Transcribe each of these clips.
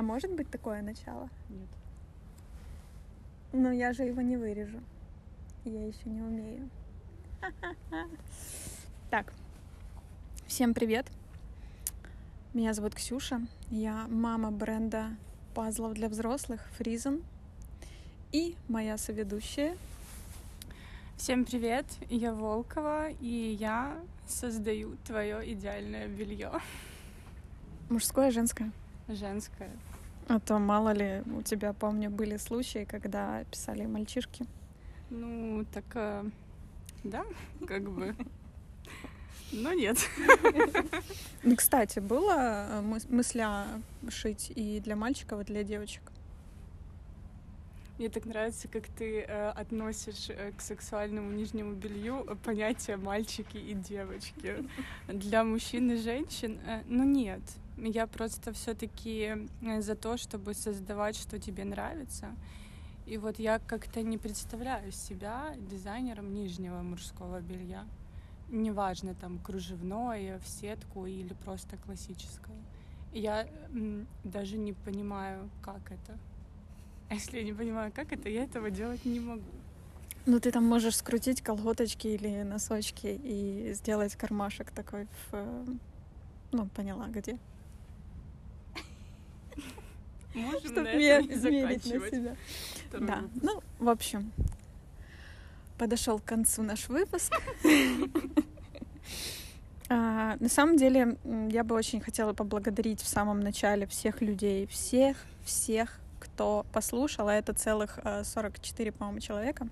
может быть такое начало? Нет. Но я же его не вырежу. Я еще не умею. Так, всем привет. Меня зовут Ксюша. Я мама бренда пазлов для взрослых Frizen. И моя соведущая. Всем привет, я Волкова, и я создаю твое идеальное белье. Мужское, женское? Женское. А то, мало ли, у тебя, помню, были случаи, когда писали мальчишки. Ну, так, да, как бы. Но нет. Ну, кстати, была мысля шить и для мальчиков, и для девочек? Мне так нравится, как ты относишь к сексуальному нижнему белью понятия мальчики и девочки. Для мужчин и женщин, ну нет. Я просто все-таки за то, чтобы создавать, что тебе нравится. И вот я как-то не представляю себя дизайнером нижнего мужского белья. Неважно, там, кружевное, в сетку или просто классическое. Я даже не понимаю, как это. А если я не понимаю, как это, я этого делать не могу. Ну, ты там можешь скрутить колготочки или носочки и сделать кармашек такой ну, поняла, где. Можем чтобы на этом и мерить на заканчивать. себя. Да, Выпуск. ну, в общем, подошел к концу наш выпуск. На самом деле, я бы очень хотела поблагодарить в самом начале всех людей, всех, кто послушал, а это целых 44, по-моему, человека.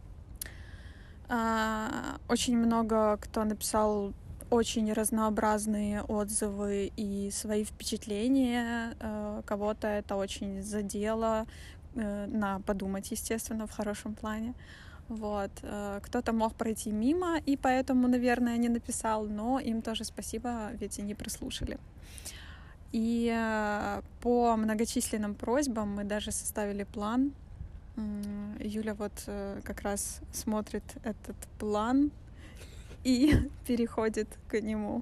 Очень много кто написал очень разнообразные отзывы и свои впечатления. Кого-то это очень задело, на подумать, естественно, в хорошем плане. Вот. Кто-то мог пройти мимо, и поэтому, наверное, не написал, но им тоже спасибо, ведь они прослушали. И по многочисленным просьбам мы даже составили план. Юля вот как раз смотрит этот план и переходит к нему.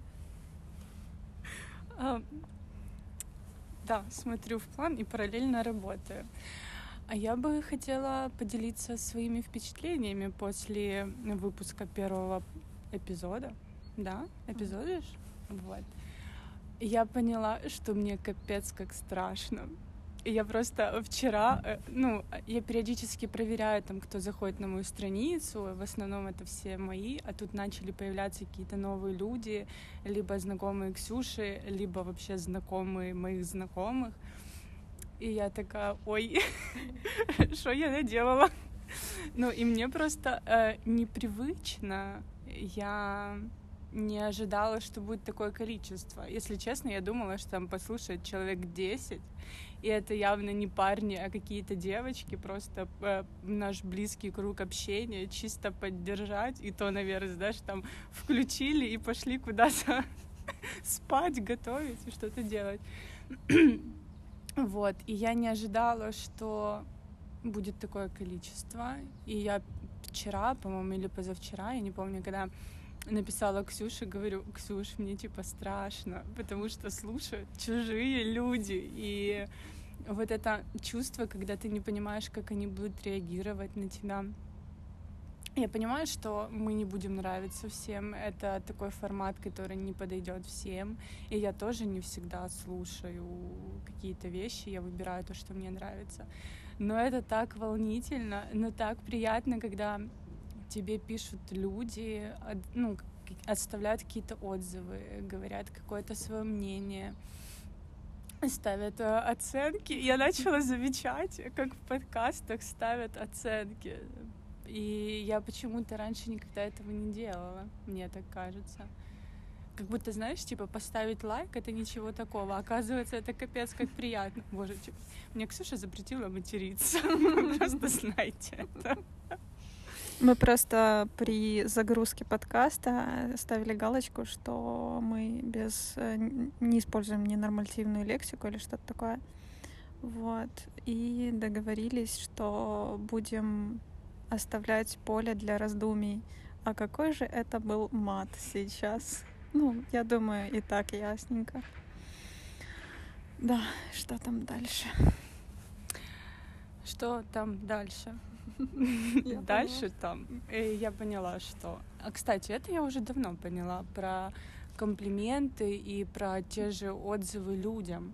Да, смотрю в план и параллельно работаю. А я бы хотела поделиться своими впечатлениями после выпуска первого эпизода. Да, эпизодишь? Вот. Я поняла, что мне капец как страшно. И я просто вчера, я периодически проверяю, там, кто заходит на мою страницу, в основном это все мои, а тут начали появляться какие-то новые люди, либо знакомые Ксюши, либо вообще знакомые моих знакомых. И я такая, ой, что я наделала? Ну, и мне просто непривычно. Я не ожидала, что будет такое количество. Если честно, я думала, что там послушает человек 10, и это явно не парни, а какие-то девочки, просто наш близкий круг общения, чисто поддержать, и то, наверное, знаешь, там включили и пошли куда-то спать, готовить и что-то делать. Вот, и я не ожидала, что будет такое количество. И я вчера, по-моему, или позавчера, я не помню, когда написала Ксюше, говорю, Ксюш, мне типа страшно, потому что слушают чужие люди. И вот это чувство, когда ты не понимаешь, как они будут реагировать на тебя. Я понимаю, что мы не будем нравиться всем. Это такой формат, который не подойдет всем. И я тоже не всегда слушаю какие-то вещи. Я выбираю то, что мне нравится. Но это так волнительно, но так приятно, когда тебе пишут люди, оставляют какие-то отзывы, говорят какое-то свое мнение, ставят оценки. Я начала замечать, как в подкастах ставят оценки. И я почему-то раньше никогда этого не делала, мне так кажется. Как будто, знаешь, типа поставить лайк — это ничего такого. Оказывается, это капец как приятно. Боже, мне Ксюша запретила материться. Просто знайте это. Мы просто при загрузке подкаста ставили галочку, что мы не используем ненормативную лексику или что-то такое. Вот. И договорились, что будем оставлять поле для раздумий. А какой же это был мат сейчас? Ну, я думаю, и так ясненько. Да, что там дальше? Что там дальше? Дальше там. Я поняла, что... Кстати, это я уже давно поняла про комплименты и про те же отзывы людям.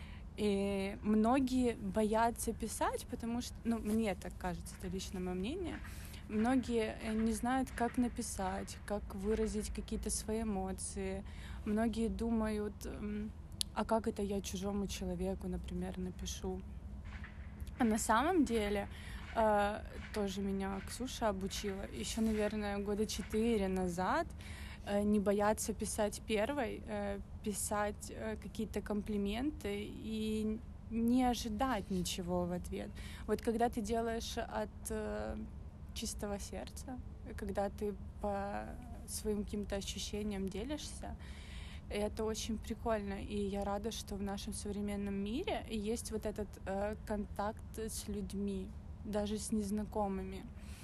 И многие боятся писать, потому что, ну, мне так кажется, это лично мое мнение, многие не знают, как написать, как выразить какие-то свои эмоции. Многие думают, а как это я чужому человеку, например, напишу. А на самом деле тоже меня Ксюша обучила еще, наверное, 4 года назад не бояться писать первой, писать какие-то комплименты и не ожидать ничего в ответ. Вот когда ты делаешь от чистого сердца, когда ты по своим каким-то ощущениям делишься, это очень прикольно, и я рада, что в нашем современном мире есть вот этот контакт с людьми, даже с незнакомыми.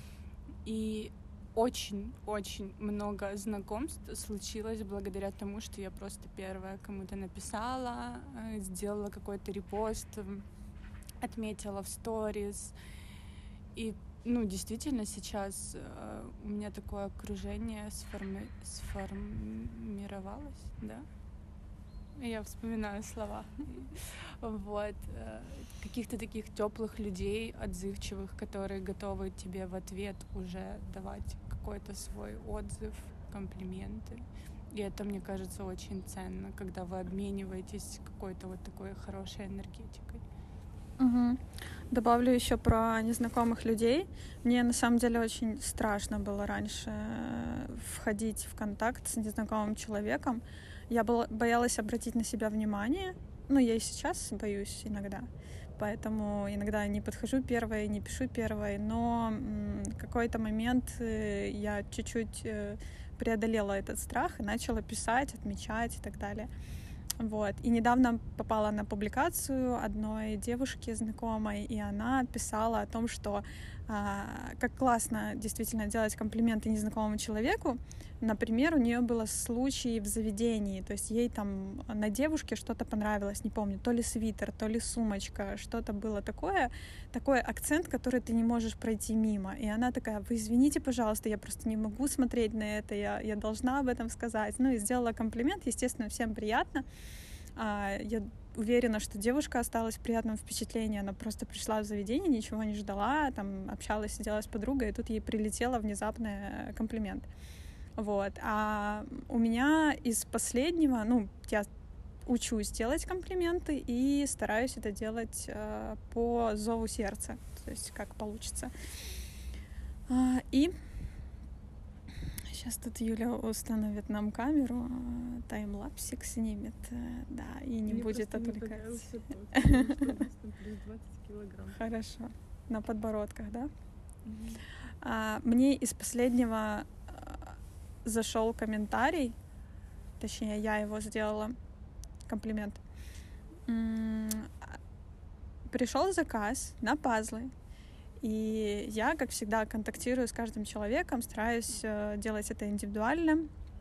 И очень-очень много знакомств случилось благодаря тому, что я просто первая кому-то написала, сделала какой-то репост, отметила в сторис. И, ну, действительно, сейчас у меня такое окружение сформировалось, да? Я вспоминаю слова. Вот. Каких-то таких теплых людей, отзывчивых, которые готовы тебе в ответ уже давать какой-то свой отзыв, комплименты. И это, мне кажется, очень ценно, когда вы обмениваетесь какой-то вот такой хорошей энергетикой. Угу. Добавлю еще про незнакомых людей. Мне на самом деле очень страшно было раньше входить в контакт с незнакомым человеком. Я боялась обратить на себя внимание. Ну, я и сейчас боюсь иногда. Поэтому иногда не подхожу первой, не пишу первой. Но в какой-то момент я чуть-чуть преодолела этот страх и начала писать, отмечать и так далее. Вот. И недавно попала на публикацию одной девушки знакомой, и она писала о том, что как классно действительно делать комплименты незнакомому человеку. Например, у нее был случай в заведении, то есть ей там на девушке что-то понравилось, не помню, то ли свитер, то ли сумочка, что-то было такой акцент, который ты не можешь пройти мимо. И она такая: вы извините, пожалуйста, я просто не могу смотреть на это, я должна об этом сказать. Ну и сделала комплимент, естественно, всем приятно. Я уверена, что девушка осталась в приятном впечатлении. Она просто пришла в заведение, ничего не ждала, там общалась, сидела с подругой, и тут ей прилетела внезапный комплимент. Вот. А у меня из последнего, ну, я учусь делать комплименты и стараюсь это делать по зову сердца, то есть как получится. И сейчас тут Юля установит нам камеру, таймлапсик снимет, да, и не Мне будет просто отвлекать. Не плюс 20 килограмм. Хорошо. На подбородках, да? Мне из последнего зашел комментарий, точнее, я его сделала, комплимент. Пришел заказ на пазлы, и я, как всегда, контактирую с каждым человеком, стараюсь делать это индивидуально,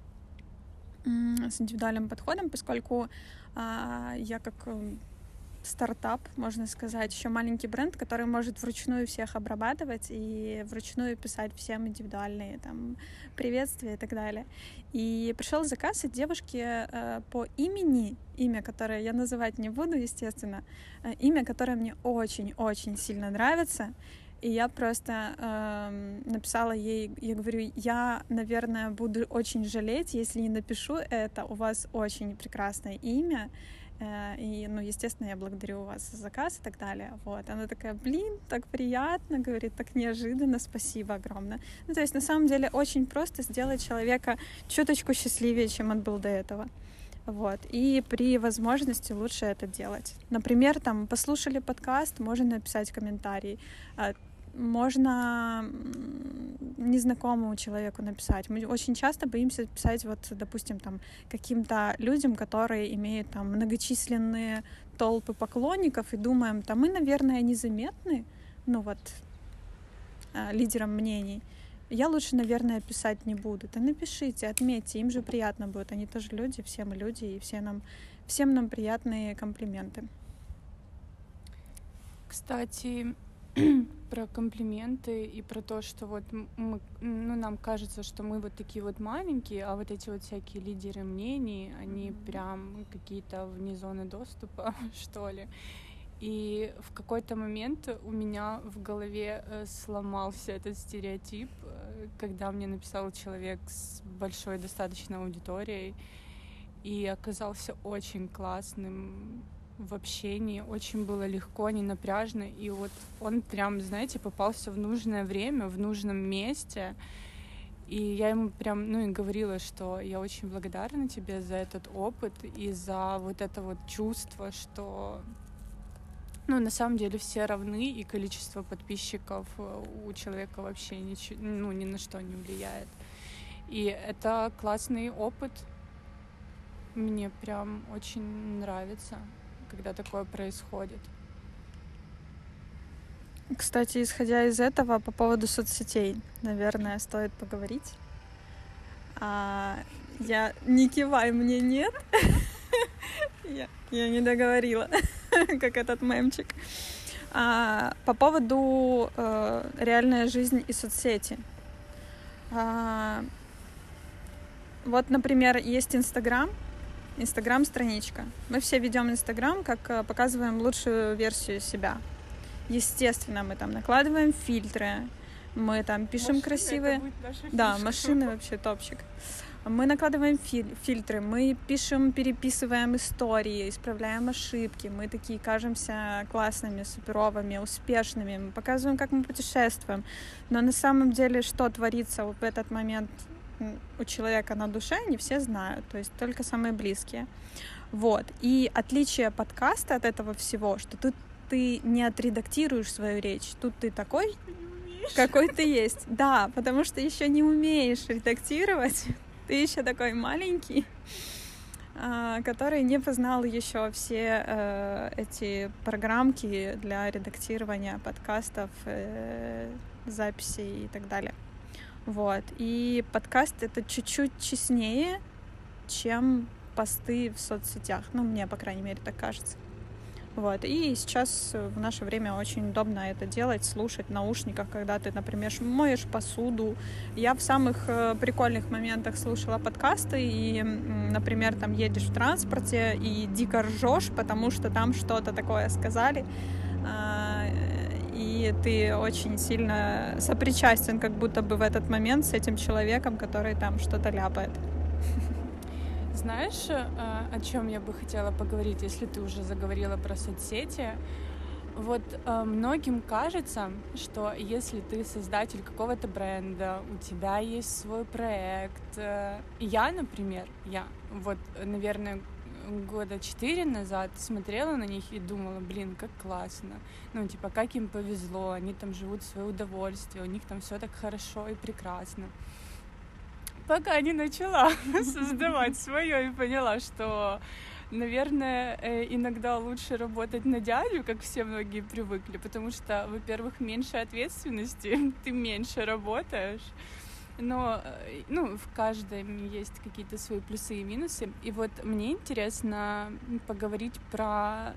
с индивидуальным подходом, поскольку я как стартап, можно сказать, еще маленький бренд, который может вручную всех обрабатывать и вручную писать всем индивидуальные там приветствия и так далее. И пришел заказ от девушки по имя, которое я называть не буду, естественно, имя, которое мне очень-очень сильно нравится. И я просто написала ей, я говорю, я, наверное, буду очень жалеть, если не напишу это, у вас очень прекрасное имя, и, ну, естественно, я благодарю вас за заказ и так далее. Вот. Она такая: блин, так приятно, говорит, так неожиданно, спасибо огромное. Ну, то есть, на самом деле, очень просто сделать человека чуточку счастливее, чем он был до этого. Вот. И при возможности лучше это делать. Например, там, послушали подкаст, можно написать комментарий. Можно незнакомому человеку написать. Мы очень часто боимся писать, вот, допустим, там, каким-то людям, которые имеют там многочисленные толпы поклонников, и думаем, там, мы, наверное, незаметны, ну вот, лидерам мнений. Я лучше, наверное, писать не буду. Да напишите, отметьте, им же приятно будет. Они тоже люди, все мы люди, и всем нам приятные комплименты. Кстати, про комплименты и про то, что вот мы, ну, нам кажется, что мы вот такие вот маленькие, а вот эти вот всякие лидеры мнений, они прям какие-то вне зоны доступа, что ли. И в какой-то момент у меня в голове сломался этот стереотип, когда мне написал человек с большой достаточно аудиторией и оказался очень классным в общении, очень было легко, не напряжно, и вот он прям, знаете, попался в нужное время, в нужном месте, и я ему прям, ну, и говорила, что я очень благодарна тебе за этот опыт и за вот это вот чувство, что, ну, на самом деле все равны, и количество подписчиков у человека вообще ничего, ну, ни на что не влияет. И это классный опыт, мне прям очень нравится, когда такое происходит. Кстати, исходя из этого, по поводу соцсетей, наверное, стоит поговорить. Я не кивай, мне нет. Я не договорила, как этот мемчик. По поводу реальная жизнь и соцсети. Вот, например, есть Инстаграм-страничка. Мы все ведем Инстаграм, как показываем лучшую версию себя. Естественно, мы там накладываем фильтры, мы там пишем машины, красивые... Да, машины вообще топчик. Мы накладываем фильтры, мы пишем, переписываем истории, исправляем ошибки. Мы такие кажемся классными, суперовыми, успешными. Мы показываем, как мы путешествуем. Но на самом деле, что творится в этот момент у человека на душе, не все знают. То есть только самые близкие. Вот. И отличие подкаста от этого всего, что ты не отредактируешь свою речь. Тут ты такой, какой ты есть. Да, потому что еще не умеешь редактировать. Ты еще такой маленький, который не познал еще все эти программки для редактирования подкастов, записей и так далее. Вот. И подкаст — это чуть-чуть честнее, чем посты в соцсетях. Ну, мне, по крайней мере, так кажется. Вот. И сейчас в наше время очень удобно это делать, слушать в наушниках, когда ты, например, моешь посуду. Я в самых прикольных моментах слушала подкасты, и, например, там едешь в транспорте и дико ржешь, потому что там что-то такое сказали, и ты очень сильно сопричастен как будто бы в этот момент с этим человеком, который там что-то ляпает. Знаешь, о чем я бы хотела поговорить, если ты уже заговорила про соцсети? Вот многим кажется, что если ты создатель какого-то бренда, у тебя есть свой проект. Я, например, вот, наверное, года 4 назад смотрела на них и думала, блин, как классно. Ну, типа, как им повезло, они там живут в свое удовольствие, у них там все так хорошо и прекрасно. Пока не начала создавать свое и поняла, что, наверное, иногда лучше работать на дядю, как все многие привыкли, потому что, во-первых, меньше ответственности, ты меньше работаешь, но, ну, в каждом есть какие-то свои плюсы и минусы. И вот мне интересно поговорить про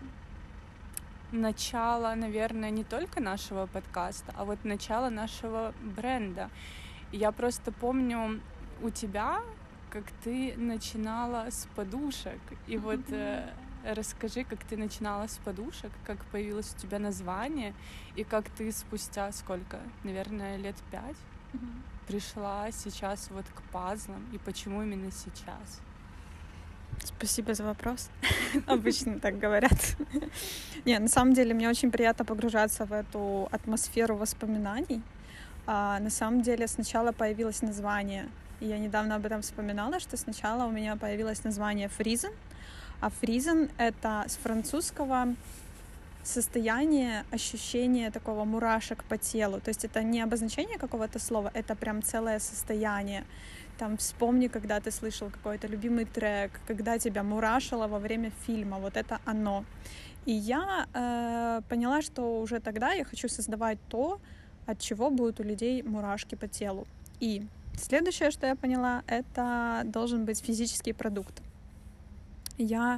начало, наверное, не только нашего подкаста, а вот начало нашего бренда. Я просто помню у тебя, как ты начинала с подушек. И вот расскажи, как ты начинала с подушек, как появилось у тебя название, и как ты спустя сколько, наверное, лет 5 пришла сейчас вот к пазлам, и почему именно сейчас? Спасибо за вопрос. Обычно так говорят. Не, на самом деле мне очень приятно погружаться в эту атмосферу воспоминаний. На самом деле сначала появилось название. Я недавно об этом вспоминала, что сначала у меня появилось название Фризен. А Фризен — это с французского состояние, ощущение такого мурашек по телу. То есть это не обозначение какого-то слова, это прям целое состояние. Там вспомни, когда ты слышал какой-то любимый трек, когда тебя мурашило во время фильма. Вот это оно. И я поняла, что уже тогда я хочу создавать то, от чего будут у людей мурашки по телу. И следующее, что я поняла, это должен быть физический продукт. Я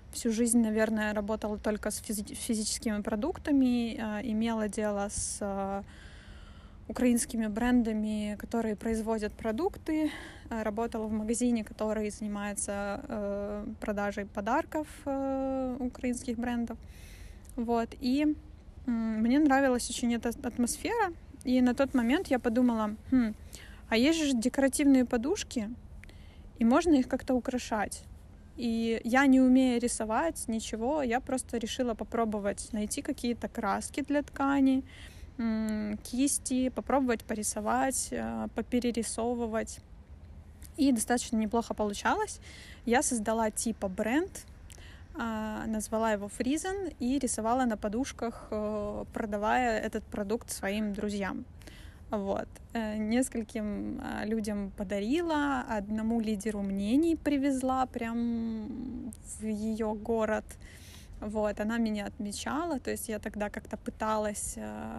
всю жизнь, наверное, работала только с физическими продуктами, имела дело с украинскими брендами, которые производят продукты, работала в магазине, который занимается продажей подарков украинских брендов. Вот. И мне нравилась очень эта атмосфера, и на тот момент я подумала, а есть же декоративные подушки, и можно их как-то украшать. И я, не умея рисовать ничего, я просто решила попробовать найти какие-то краски для ткани, кисти, попробовать порисовать, поперерисовывать. И достаточно неплохо получалось. Я создала типа бренд, назвала его Frizen и рисовала на подушках, продавая этот продукт своим друзьям. Вот. Нескольким людям подарила, одному лидеру мнений привезла прям в ее город. Вот. Она меня отмечала, то есть я тогда как-то пыталась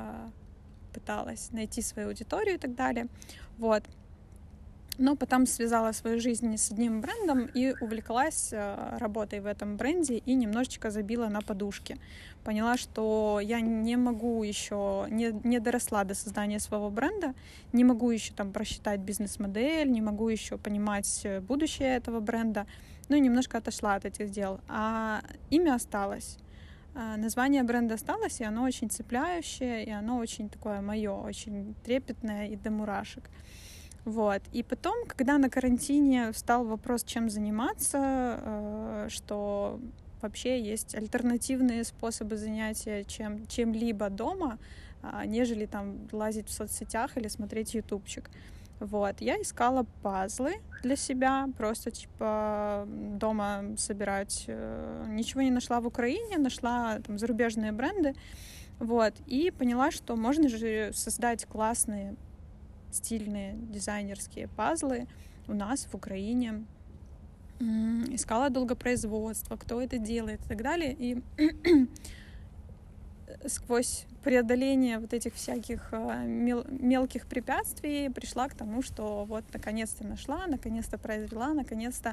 найти свою аудиторию и так далее. Вот. Но потом связала свою жизнь с одним брендом и увлеклась работой в этом бренде и немножечко забила на подушки. Поняла, что я не могу еще, не доросла до создания своего бренда, не могу еще там просчитать бизнес-модель, не могу еще понимать будущее этого бренда. Ну и немножко отошла от этих дел. А имя осталось. Название бренда осталось, и оно очень цепляющее, и оно очень такое мое, очень трепетное и до мурашек. Вот. И потом, когда на карантине встал вопрос, чем заниматься, что вообще есть альтернативные способы занятия чем-либо дома, нежели там лазить в соцсетях или смотреть ютубчик. Вот. Я искала пазлы для себя, просто типа дома собирать. Ничего не нашла в Украине, нашла там зарубежные бренды. Вот. И поняла, что можно же создать классные стильные дизайнерские пазлы у нас в Украине. Искала долгопроизводство, кто это делает и так далее. И сквозь преодоление вот этих всяких мелких препятствий пришла к тому, что вот наконец-то нашла, наконец-то произвела, наконец-то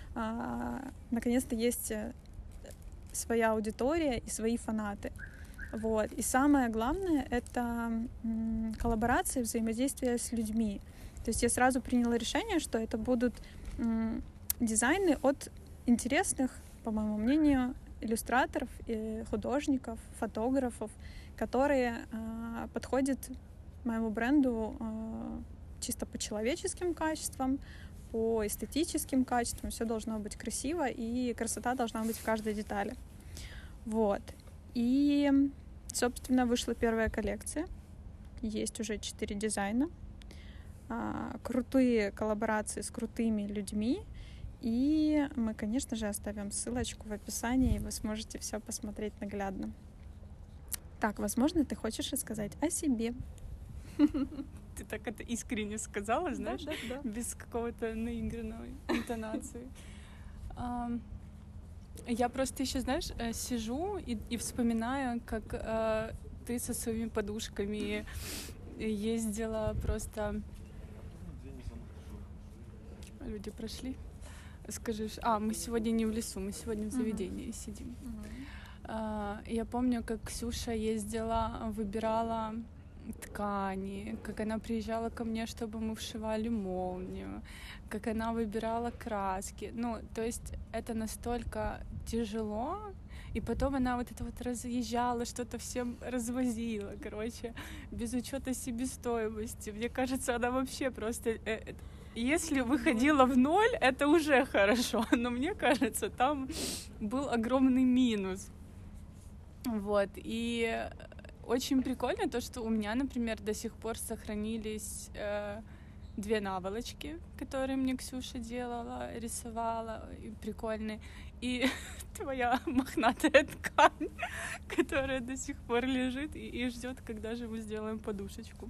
есть своя аудитория и свои фанаты. Вот. И самое главное — это коллаборации, взаимодействие с людьми. То есть я сразу приняла решение, что это будут дизайны от интересных, по моему мнению, иллюстраторов, художников, фотографов, которые подходят моему бренду чисто по человеческим качествам, по эстетическим качествам. Все должно быть красиво, и красота должна быть в каждой детали. Вот. И, собственно, вышла первая коллекция. Есть уже 4 дизайна. Крутые коллаборации с крутыми людьми. И мы, конечно же, оставим ссылочку в описании, и вы сможете все посмотреть наглядно. Так, возможно, ты хочешь рассказать о себе? Ты так это искренне сказала, знаешь, да. без какого-то наигранной интонации. Я просто еще, знаешь, сижу и вспоминаю, как ты со своими подушками ездила просто... Люди прошли. Скажешь, мы сегодня не в лесу, мы сегодня в заведении сидим. Я помню, как Ксюша ездила, выбирала ткани, как она приезжала ко мне, чтобы мы вшивали молнию, как она выбирала краски. Ну, то есть это настолько тяжело, и потом она вот это вот разъезжала, что-то всем развозила, короче, без учета себестоимости. Мне кажется, она вообще просто... Если выходила в ноль, это уже хорошо, но мне кажется, там был огромный минус. Вот, и очень прикольно то, что у меня, например, до сих пор сохранились 2 наволочки, которые мне Ксюша делала, рисовала, и прикольные, и твоя мохнатая ткань, которая до сих пор лежит и ждет, когда же мы сделаем подушечку.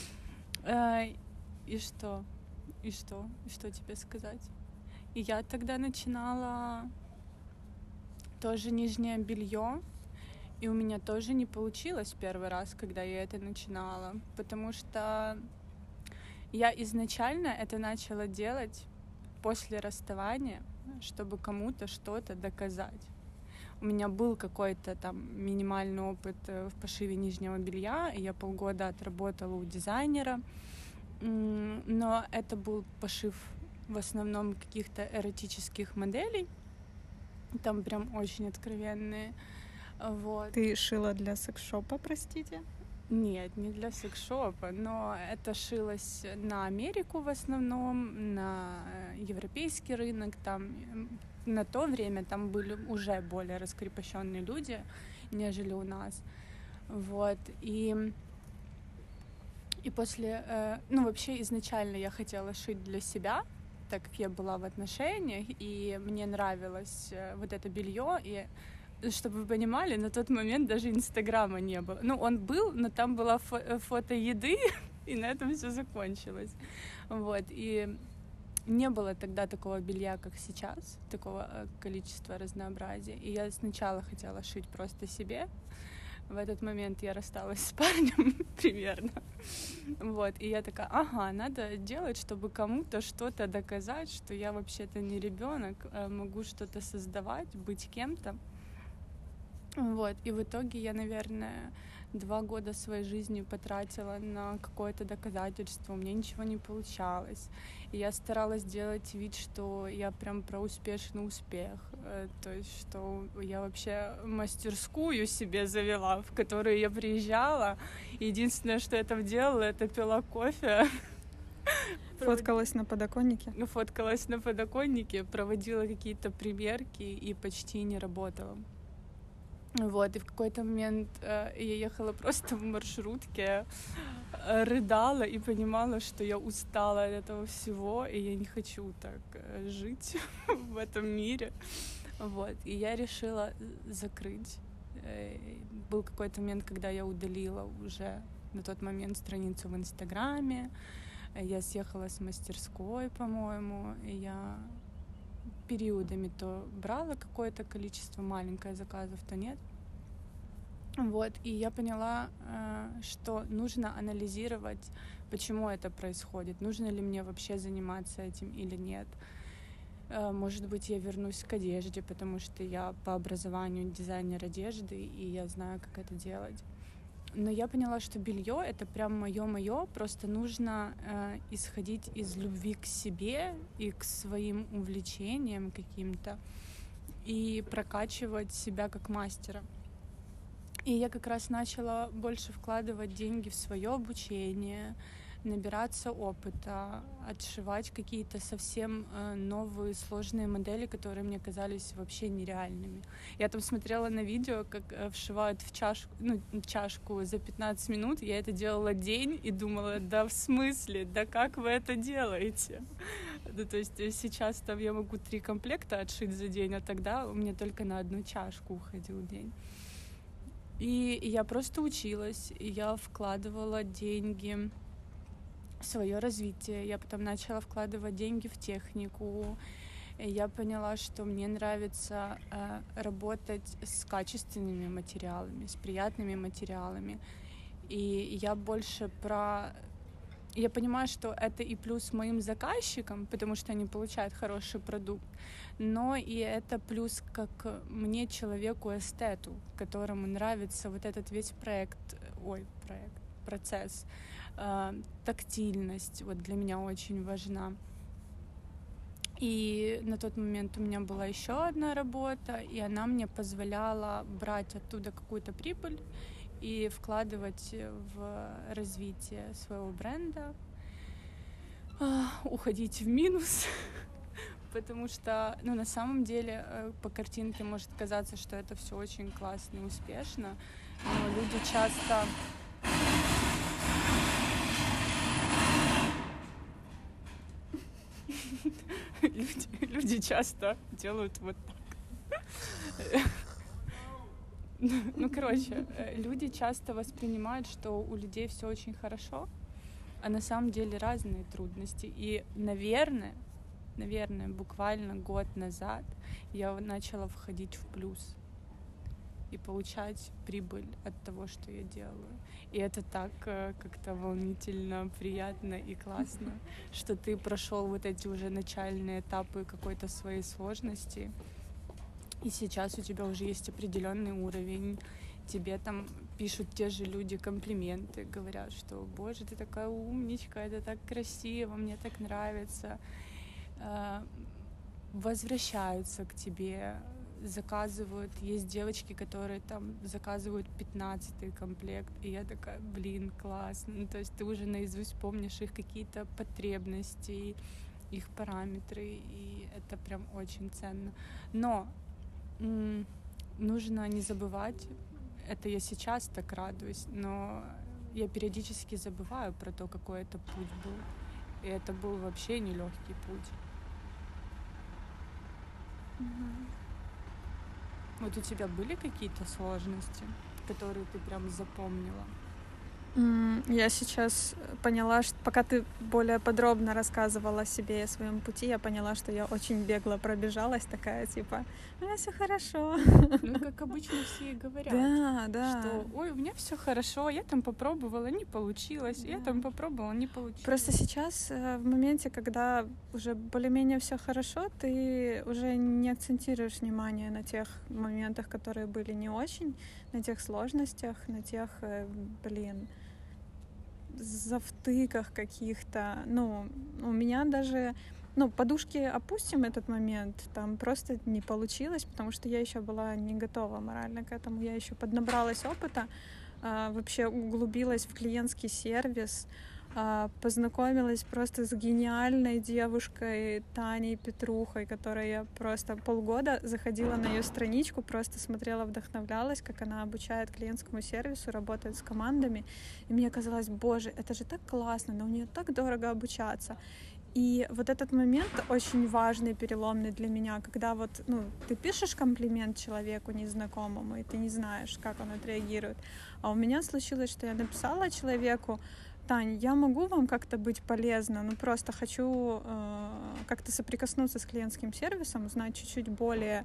И что тебе сказать? И я тогда начинала тоже нижнее белье, и у меня тоже не получилось первый раз, когда я это начинала, потому что я изначально это начала делать после расставания, чтобы кому-то что-то доказать. у меня был какой-то там минимальный опыт в пошиве нижнего белья, и я полгода отработала у дизайнера, но это был пошив в основном каких-то эротических моделей, там прям очень откровенные. Вот. Ты шила для секс-шопа, простите? Нет, не для секс-шопа, но это шилось на Америку в основном, на европейский рынок. Там на то время там были уже более раскрепощенные люди, нежели у нас. Вот. И после... Ну, вообще, изначально я хотела шить для себя, так как я была в отношениях, и мне нравилось вот это белье, и чтобы вы понимали, на тот момент даже Инстаграма не было. Ну, он был, но там была фото еды, и на этом все закончилось. Вот, и не было тогда такого белья, как сейчас, такого количества разнообразия. И я сначала хотела шить просто себе. В этот момент я рассталась с парнем примерно. Вот, и я такая, ага, надо делать, чтобы кому-то что-то доказать, что я вообще-то не ребенок, могу что-то создавать, быть кем-то. Вот, и в итоге я, наверное, 2 года своей жизни потратила на какое-то доказательство, у меня ничего не получалось. И я старалась делать вид, что я прям про успешный успех, то есть, что я вообще мастерскую себе завела, в которую я приезжала. Единственное, что я там делала, это пила кофе. Фоткалась на подоконнике? Фоткалась на подоконнике, проводила какие-то примерки и почти не работала. Вот, и в какой-то момент я ехала просто в маршрутке, рыдала и понимала, что я устала от этого всего, и я не хочу так жить в этом мире. Вот, и я решила закрыть. Был какой-то момент, когда я удалила уже на тот момент страницу в Инстаграме, я съехала с мастерской, по-моему, и я периодами то брала какое-то количество маленькое заказов, то нет. Вот, и я поняла, что нужно анализировать, почему это происходит, нужно ли мне вообще заниматься этим или нет. Может быть, я вернусь к одежде, потому что я по образованию дизайнер одежды, и я знаю, как это делать. Но я поняла, что белье это прям моё, просто нужно исходить из любви к себе и к своим увлечениям каким-то и прокачивать себя как мастера. И я как раз начала больше вкладывать деньги в свое обучение, набираться опыта, отшивать какие-то совсем новые сложные модели, которые мне казались вообще нереальными. Я там смотрела на видео, как вшивают в чашку за 15 минут. Я это делала день и думала, да в смысле, да как вы это делаете? Да, то есть сейчас там я могу 3 комплекта отшить за день, а тогда у меня только на 1 чашку уходил день. И я просто училась, и я вкладывала деньги в свое развитие. Я потом начала вкладывать деньги в технику. И я поняла, что мне нравится работать с качественными материалами, с приятными материалами. И я больше Я понимаю, что это и плюс моим заказчикам, потому что они получают хороший продукт, но и это плюс как мне, человеку-эстету, которому нравится вот этот весь процесс, тактильность вот для меня очень важна. И на тот момент у меня была еще одна работа, и она мне позволяла брать оттуда какую-то прибыль и вкладывать в развитие своего бренда, уходить в минус, потому что, на самом деле, по картинке может казаться, что это все очень классно и успешно, но люди часто делают вот так. Люди часто воспринимают, что у людей все очень хорошо, а на самом деле разные трудности. И, наверное, буквально год назад я начала входить в плюс и получать прибыль от того, что я делаю. И это так как-то волнительно, приятно и классно, что ты прошел вот эти уже начальные этапы какой-то своей сложности, и сейчас у тебя уже есть определенный уровень, тебе там пишут те же люди комплименты, говорят, что «Боже, ты такая умничка, это так красиво, мне так нравится», возвращаются к тебе, заказывают, есть девочки, которые там заказывают 15-й комплект, и я такая, блин, классно, ну, то есть ты уже наизусть помнишь их какие-то потребности, их параметры, и это прям очень ценно. Но нужно не забывать, это я сейчас так радуюсь, но я периодически забываю про то, какой это путь был, и это был вообще нелегкий путь. Вот у тебя были какие-то сложности, которые ты прям запомнила? Я сейчас поняла, что пока ты более подробно рассказывала о себе и о своем пути, я поняла, что я очень бегло пробежалась, такая типа, у меня все хорошо. Ну, как обычно все и говорят, да. что ой, у меня все хорошо, я там попробовала, не получилось, я там попробовала, не получилось. Просто сейчас, в моменте, когда уже более-менее все хорошо, ты уже не акцентируешь внимание на тех моментах, которые были не очень, на тех сложностях, на тех, завтыках каких-то. Ну, у меня даже, подушки опустим этот момент, там просто не получилось, потому что я еще была не готова морально к этому, я еще поднабралась опыта, вообще углубилась в клиентский сервис, познакомилась просто с гениальной девушкой Таней Петрухой, которой я просто полгода заходила на ее страничку, просто смотрела, вдохновлялась, как она обучает клиентскому сервису, работает с командами. И мне казалось, боже, это же так классно, но у нее так дорого обучаться. И вот этот момент очень важный, переломный для меня, когда вот, ты пишешь комплимент человеку незнакомому, и ты не знаешь, как он отреагирует. А у меня случилось, что я написала человеку: Тань, я могу вам как-то быть полезна, просто хочу как-то соприкоснуться с клиентским сервисом, узнать чуть-чуть более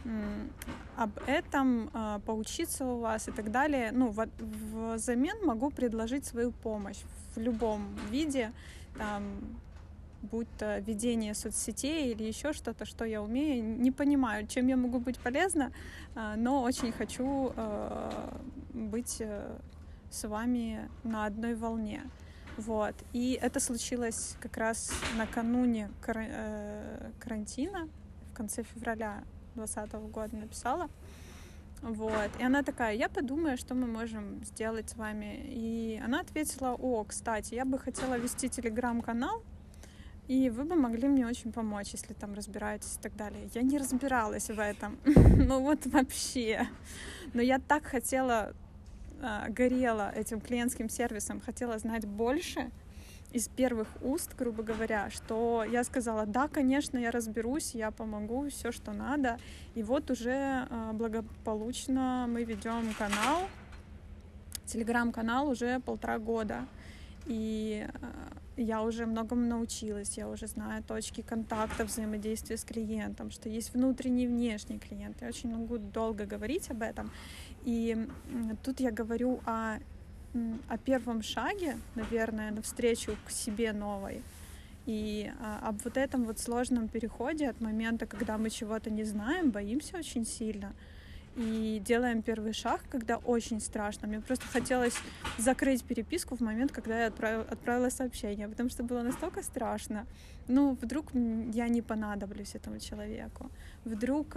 об этом, поучиться у вас и так далее. Взамен могу предложить свою помощь в любом виде, там, будь то ведение соцсетей или еще что-то, что я умею. Не понимаю, чем я могу быть полезна, но очень хочу быть с вами на одной волне. Вот. И это случилось как раз накануне карантина, в конце февраля 2020 года написала. Вот. И она такая: я подумаю, что мы можем сделать с вами. И она ответила: кстати, я бы хотела вести телеграм-канал, и вы бы могли мне очень помочь, если там разбираетесь и так далее. Я не разбиралась в этом. Вообще. Но я так хотела, горела этим клиентским сервисом, хотела знать больше из первых уст, грубо говоря, что я сказала: да, конечно, я разберусь, я помогу, все, что надо. И вот уже благополучно мы ведем канал, телеграм-канал уже 1,5 года. И я уже многому научилась, я уже знаю точки контакта, взаимодействия с клиентом, что есть внутренний и внешний клиент. Я очень могу долго говорить об этом. И тут я говорю о первом шаге, наверное, навстречу к себе новой. И об вот этом вот сложном переходе от момента, когда мы чего-то не знаем, боимся очень сильно, и делаем первый шаг, когда очень страшно. Мне просто хотелось закрыть переписку в момент, когда я отправила сообщение, потому что было настолько страшно. Вдруг я не понадоблюсь этому человеку. Вдруг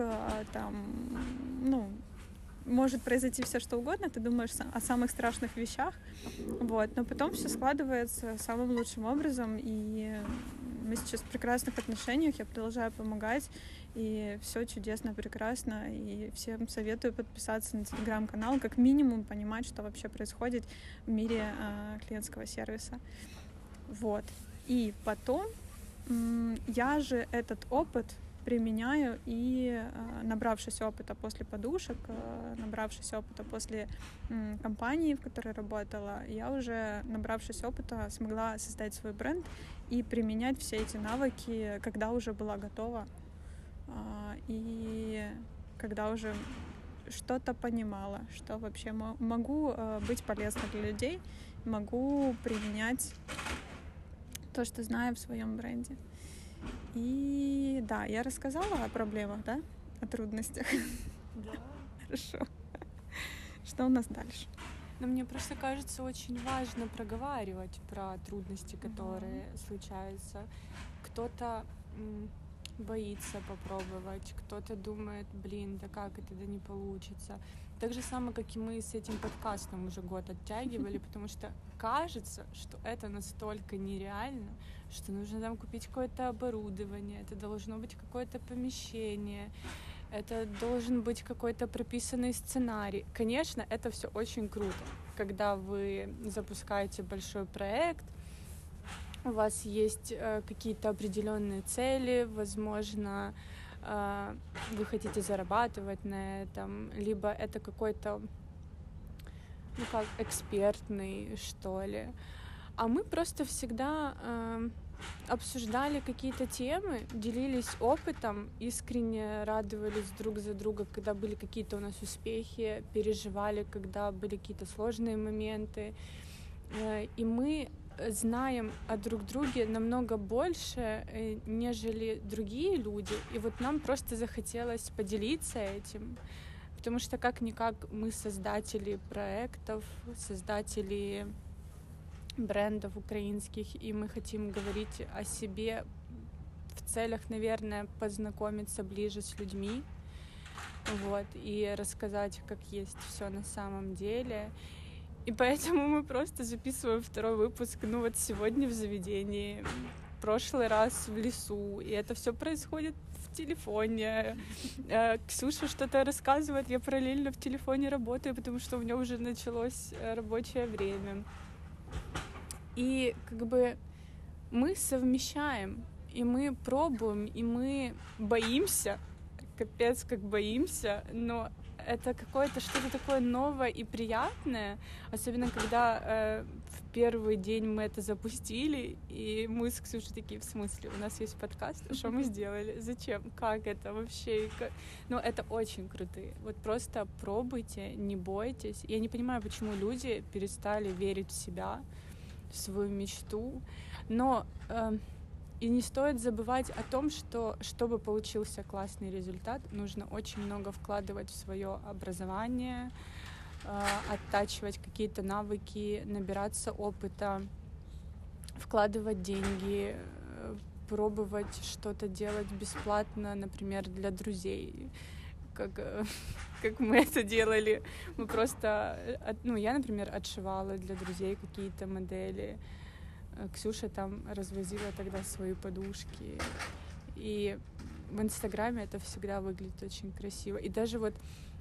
может произойти все что угодно, ты думаешь о самых страшных вещах, вот, но потом все складывается самым лучшим образом, и мы сейчас в прекрасных отношениях, я продолжаю помогать, и все чудесно, прекрасно, и всем советую подписаться на телеграм-канал, как минимум понимать, что вообще происходит в мире клиентского сервиса. Вот. И потом я же этот опыт применяю, и набравшись опыта после подушек, набравшись опыта после компании, в которой работала, я уже, набравшись опыта, смогла создать свой бренд и применять все эти навыки, когда уже была готова, и когда уже что-то понимала, что вообще могу быть полезной для людей, могу применять то, что знаю в своем бренде. И да, я рассказала о проблемах, да, о трудностях. Да. Хорошо. Что у нас дальше? Но мне просто кажется очень важно проговаривать про трудности, которые случаются. Кто-то боится попробовать, кто-то думает, блин, да как это, да не получится. Так же самое, как и мы с этим подкастом уже год оттягивали, потому что кажется, что это настолько нереально, что нужно там купить какое-то оборудование, это должно быть какое-то помещение, это должен быть какой-то прописанный сценарий. Конечно, это все очень круто, когда вы запускаете большой проект, у вас есть какие-то определенные цели, возможно, вы хотите зарабатывать на этом, либо это какой-то, ну как, экспертный, что ли. А мы просто всегда обсуждали какие-то темы, делились опытом, искренне радовались друг за друга, когда были какие-то у нас успехи, переживали, когда были какие-то сложные моменты. И мы знаем о друг друге намного больше, нежели другие люди. И вот нам просто захотелось поделиться этим, потому что как-никак мы создатели проектов, создатели брендов украинских, и мы хотим говорить о себе в целях, наверное, познакомиться ближе с людьми, вот, и рассказать, как есть все на самом деле. И поэтому мы просто записываем второй выпуск, ну вот сегодня в заведении, в прошлый раз в лесу, и это все происходит в телефоне. Ксюша что-то рассказывает, я параллельно в телефоне работаю, потому что у меня уже началось рабочее время. И как бы мы совмещаем, и мы пробуем, и мы боимся, капец как боимся, но это какое-то что-то такое новое и приятное, особенно когда в первый день мы это запустили, и мы с Ксюшей такие, в смысле, у нас есть подкаст, что мы сделали, зачем, как это вообще, ну это очень крутые, вот просто пробуйте, не бойтесь. Я не понимаю, почему люди перестали верить в себя, в свою мечту, но и не стоит забывать о том, что чтобы получился классный результат, нужно очень много вкладывать в свое образование, оттачивать какие-то навыки, набираться опыта, вкладывать деньги, пробовать что-то делать бесплатно, например, для друзей, как мы это делали. Мы просто, ну, я, например, отшивала для друзей какие-то модели, Ксюша там развозила тогда свои подушки. И в Инстаграме это всегда выглядит очень красиво. И даже вот,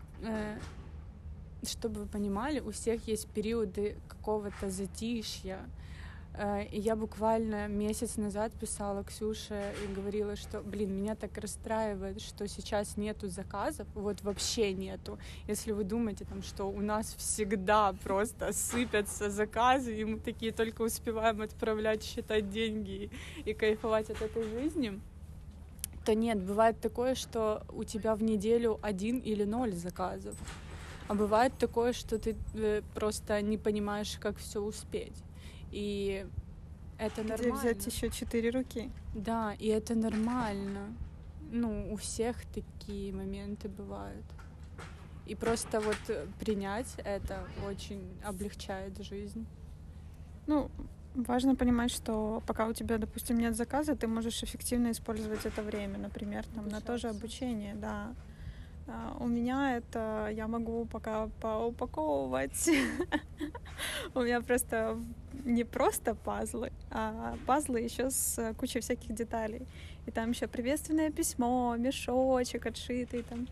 чтобы вы понимали, у всех есть периоды какого-то затишья. И я буквально месяц назад писала Ксюше и говорила, что, блин, меня так расстраивает, что сейчас нету заказов, вот вообще нету. Если вы думаете, там, что у нас всегда просто сыпятся заказы, и мы такие только успеваем отправлять, считать деньги и кайфовать от этой жизни, то нет, бывает такое, что у тебя в неделю 1 или 0 заказов, а бывает такое, что ты просто не понимаешь, как все успеть. И это нормально. Где взять еще 4 руки? Да, и это нормально. Ну, у всех такие моменты бывают. И просто вот принять это очень облегчает жизнь. Ну, важно понимать, что пока у тебя, допустим, нет заказа, ты можешь эффективно использовать это время, например, там, на то же обучение, да. У меня это я могу пока поупаковывать. У меня просто не просто пазлы, а пазлы еще с кучей всяких деталей. И там еще приветственное письмо, мешочек отшитый, там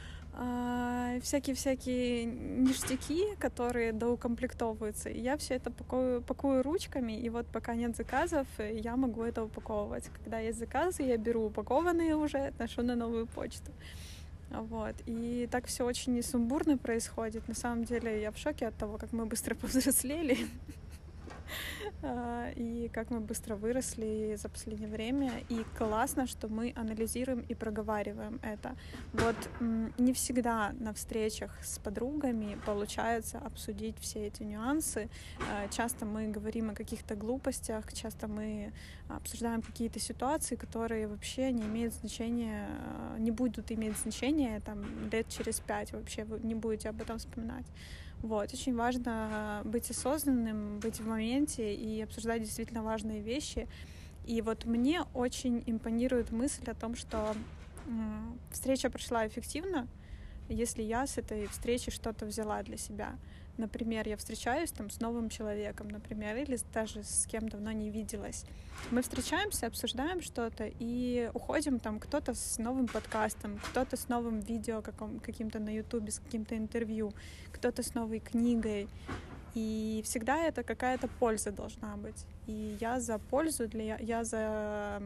всякие ништяки, которые доукомплектовываются. И я все это пакую ручками, и вот пока нет заказов, я могу это упаковывать. Когда есть заказы, я беру упакованные уже, отношу на новую почту. Вот. И так все очень сумбурно происходит. На самом деле я в шоке от того, как мы быстро повзрослели. и как мы быстро выросли за последнее время. И классно, что мы анализируем и проговариваем это. Вот не всегда на встречах с подругами получается обсудить все эти нюансы. Часто мы говорим о каких-то глупостях, часто мы обсуждаем какие-то ситуации, которые вообще не имеют значения, не будут иметь значения там, лет через 5 вообще, вы не будете об этом вспоминать. Вот. Очень важно быть осознанным, быть в моменте и обсуждать действительно важные вещи. И вот мне очень импонирует мысль о том, что встреча прошла эффективно, если я с этой встречи что-то взяла для себя. Например, я встречаюсь там с новым человеком, например, или даже с кем давно не виделась. Мы встречаемся, обсуждаем что-то и уходим там кто-то с новым подкастом, кто-то с новым видео каким-то на Ютубе, с каким-то интервью, кто-то с новой книгой. И всегда это какая-то польза должна быть. И я за пользу, я за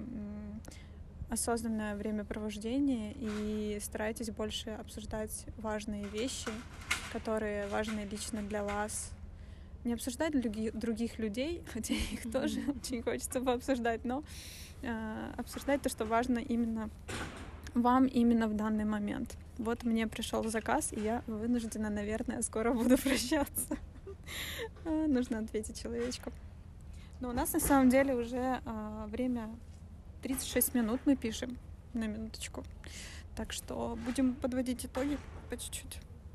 осознанное времяпровождение, и старайтесь больше обсуждать важные вещи, которые важны лично для вас. Не обсуждать других людей, хотя их тоже очень хочется пообсуждать, но обсуждать то, что важно именно вам именно в данный момент. Вот мне пришел заказ, и я вынуждена, наверное, скоро буду прощаться. Нужно ответить человечку. Но у нас на самом деле уже время 36 минут мы пишем, на минуточку. Так что будем подводить итоги по чуть-чуть.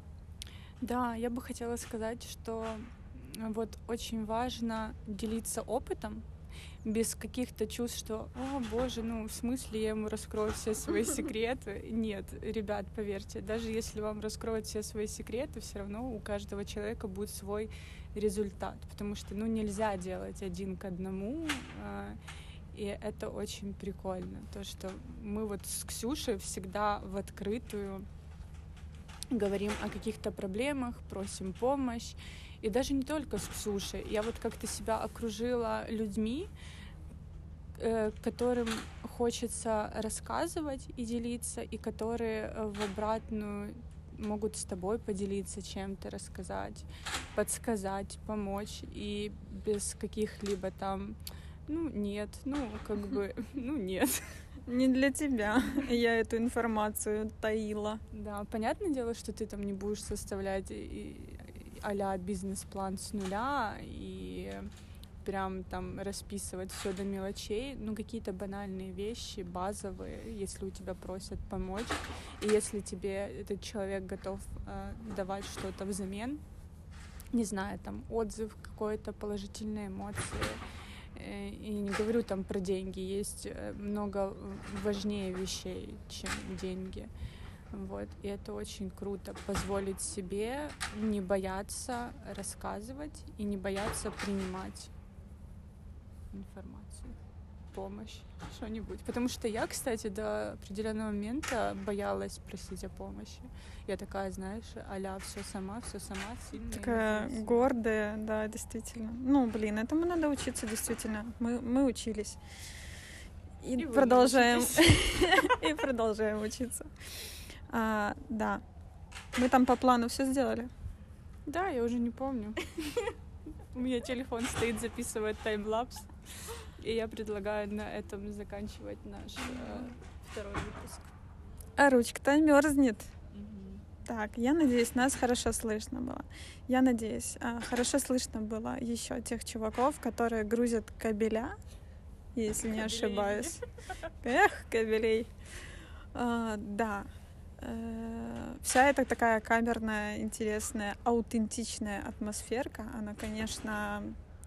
Да, я бы хотела сказать, что вот очень важно делиться опытом без каких-то чувств, что «О, боже, ну, в смысле я ему раскрою все свои секреты?» Нет, ребят, поверьте, даже если вам раскроют все свои секреты, все равно у каждого человека будет свой результат, потому что, ну, нельзя делать 1 к 1, и это очень прикольно, то, что мы вот с Ксюшей всегда в открытую говорим о каких-то проблемах, просим помощь. И даже не только с Ксюшей. Я вот как-то себя окружила людьми, которым хочется рассказывать и делиться, и которые в обратную могут с тобой поделиться чем-то, рассказать, подсказать, помочь. И без каких-либо там, ну, нет, ну, как бы, ну, нет. Не для тебя я эту информацию таила. Да, понятное дело, что ты там не будешь составлять а-ля бизнес-план с нуля и прям там расписывать все до мелочей, ну какие-то банальные вещи, базовые, если у тебя просят помочь, и если тебе этот человек готов давать что-то взамен, не знаю, там отзыв, какой-то положительные эмоции. И не говорю там про деньги, есть много важнее вещей, чем деньги. Вот. И это очень круто, позволить себе не бояться рассказывать и не бояться принимать информацию, помощь, что-нибудь. Потому что я, кстати, до определенного момента боялась просить о помощи. Я такая, знаешь, а-ля все сама, сильная. Такая гордая, да, действительно. Ну, блин, этому надо учиться, действительно. Мы учились. И продолжаем. И продолжаем учиться. Да. Мы там по плану все сделали? Да, я уже не помню. У меня телефон стоит, записывает таймлапс. И я предлагаю на этом заканчивать наш 2-й выпуск. А ручка-то мерзнет. Так, я надеюсь, нас хорошо слышно было. Я надеюсь, хорошо слышно было еще тех чуваков, которые грузят кабеля, если не ошибаюсь. Эх, кабелей. Да. Вся эта такая камерная, интересная, аутентичная атмосферка, она, конечно,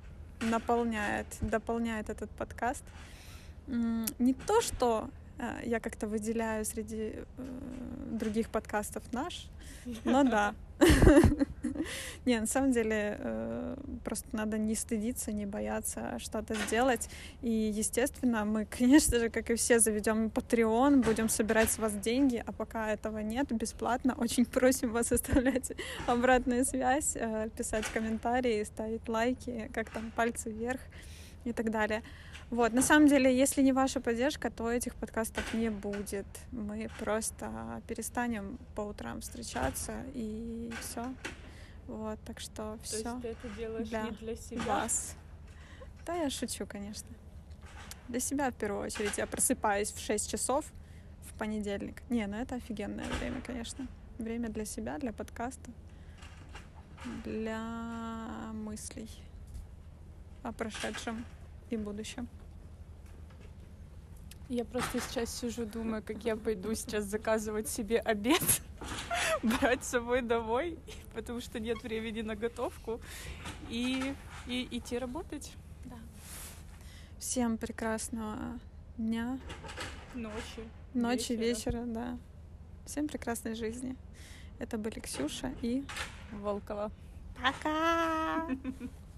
дополняет этот подкаст. Не то, что я как-то выделяю среди других подкастов наш, но да. Не, на самом деле просто надо не стыдиться, не бояться что-то сделать. И, естественно, мы, конечно же, как и все, заведем Patreon, будем собирать с вас деньги, а пока этого нет, бесплатно. Очень просим вас оставлять обратную связь, писать комментарии, ставить лайки, как там, пальцы вверх и так далее. Вот, на самом деле, если не ваша поддержка, то этих подкастов не будет. Мы просто перестанем по утрам встречаться, и все. Вот, так что все. То есть ты это делаешь для не для себя? Вас. Да, я шучу, конечно. Для себя в первую очередь. Я просыпаюсь в 6 часов в понедельник. Не, ну это офигенное время, конечно. Время для себя, для подкаста, для мыслей о прошедшем и будущем. Я просто сейчас сижу, думаю, как я пойду сейчас заказывать себе обед, брать с собой домой, потому что нет времени на готовку, и идти работать. Да. Всем прекрасного дня, ночи, вечера, да. Всем прекрасной жизни. Это были Ксюша и Волкова. Пока!